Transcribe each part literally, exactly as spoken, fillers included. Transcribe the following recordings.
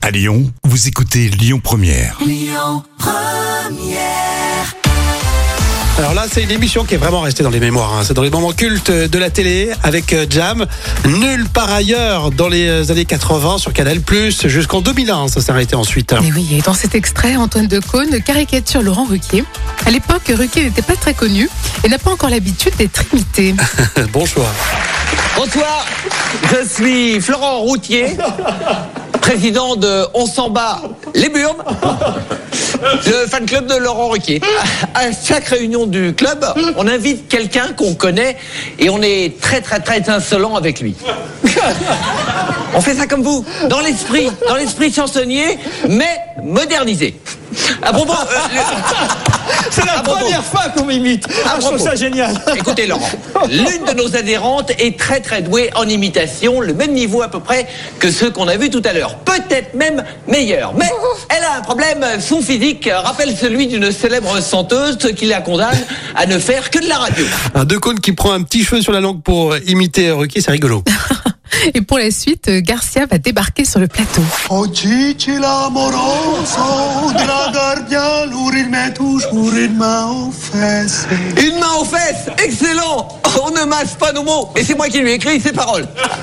À Lyon, vous écoutez Lyon Première. Lyon Première. Alors là, c'est une émission qui est vraiment restée dans les mémoires. Hein. C'est dans les moments cultes de la télé avec Jam. Nulle part ailleurs dans les années quatre-vingts sur Canal plus, jusqu'en deux mille un, ça s'est arrêté ensuite. Mais oui, et dans cet extrait, Antoine Decaune caricature Laurent Ruquier. À l'époque, Ruquier n'était pas très connu et n'a pas encore l'habitude d'être imité. Bon choix. Bonsoir, je suis Florent Routier, président de On s'en bat les burnes, le fan club de Laurent Ruquier. À chaque réunion du club, on invite quelqu'un qu'on connaît et on est très très très insolent avec lui. On fait ça comme vous, dans l'esprit, dans l'esprit chansonnier, mais modernisé. À propos, euh, le... C'est la première fois qu'on m'imite. Ah, je trouve ça génial. Écoutez Laurent, l'une de nos adhérentes est très très douée en imitation, le même niveau à peu près que ceux qu'on a vus tout à l'heure. Peut-être même meilleur. Mais elle a un problème, son physique rappelle celui d'une célèbre chanteuse, ce qui la condamne à ne faire que de la radio. Un Decaune qui prend un petit cheveu sur la langue pour imiter Ruquier, c'est rigolo. Et pour la suite, Garcia va débarquer sur le plateau. Oggi c'è l'amoroso della guardia, lui met toujours une main aux fesses. Une main aux fesses, excellent. On ne mâche pas nos mots. Et c'est moi qui lui ai écrit ces paroles.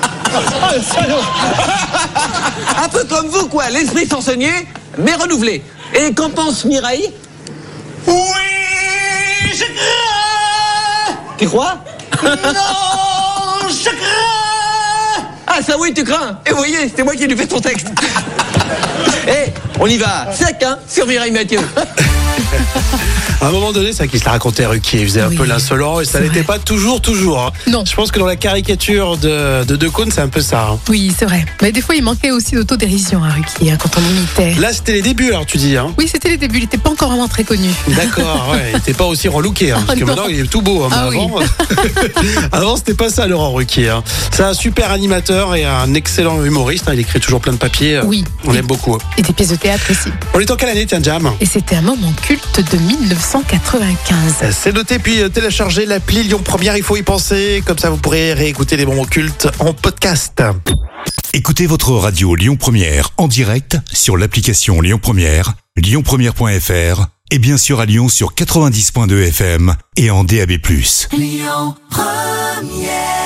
Un peu comme vous, quoi, l'esprit chansonnier, mais renouvelé. Et qu'en pense Mireille? Oui, je crains. Tu crois? Non, je crains. Ah ça oui, tu crains. Et vous voyez, c'était moi qui lui fais ton texte. Eh, on y va sec, hein, sur Mireille Mathieu. À un moment donné, c'est vrai qu'il se la racontait Ruquier, il faisait un Oui, peu l'insolent et ça n'était pas toujours, toujours. Hein. Non. Je pense que dans la caricature de, de Decaune, c'est un peu ça. Hein. Oui, c'est vrai. Mais des fois, il manquait aussi d'autodérision à Ruquier hein, quand on imitait. Là, c'était les débuts, alors tu dis. Hein. Oui, c'était les débuts. Il n'était pas encore vraiment très connu. D'accord, ouais, il n'était pas aussi relooké, hein, parce que Oh, maintenant il est tout beau. Hein, mais Ah oui. avant, avant, c'était pas ça, Laurent Ruquier. Hein. C'est un super animateur et un excellent humoriste. Hein, il écrit toujours plein de papiers. Oui. On l'aime beaucoup. Et des pièces de théâtre aussi. On est en quelle année, tiens, Jam? Et c'était un moment culte de dix-neuf cent quatre-vingt-quinze. C'est noté, puis euh, téléchargez l'appli Lyon Première, il faut y penser. Comme ça, vous pourrez réécouter les moments cultes en podcast. Écoutez votre radio Lyon Première en direct sur l'application Lyon Première, lyon première point f r et bien sûr à Lyon sur quatre-vingt-dix point deux F M et en D A B plus. Lyon Première.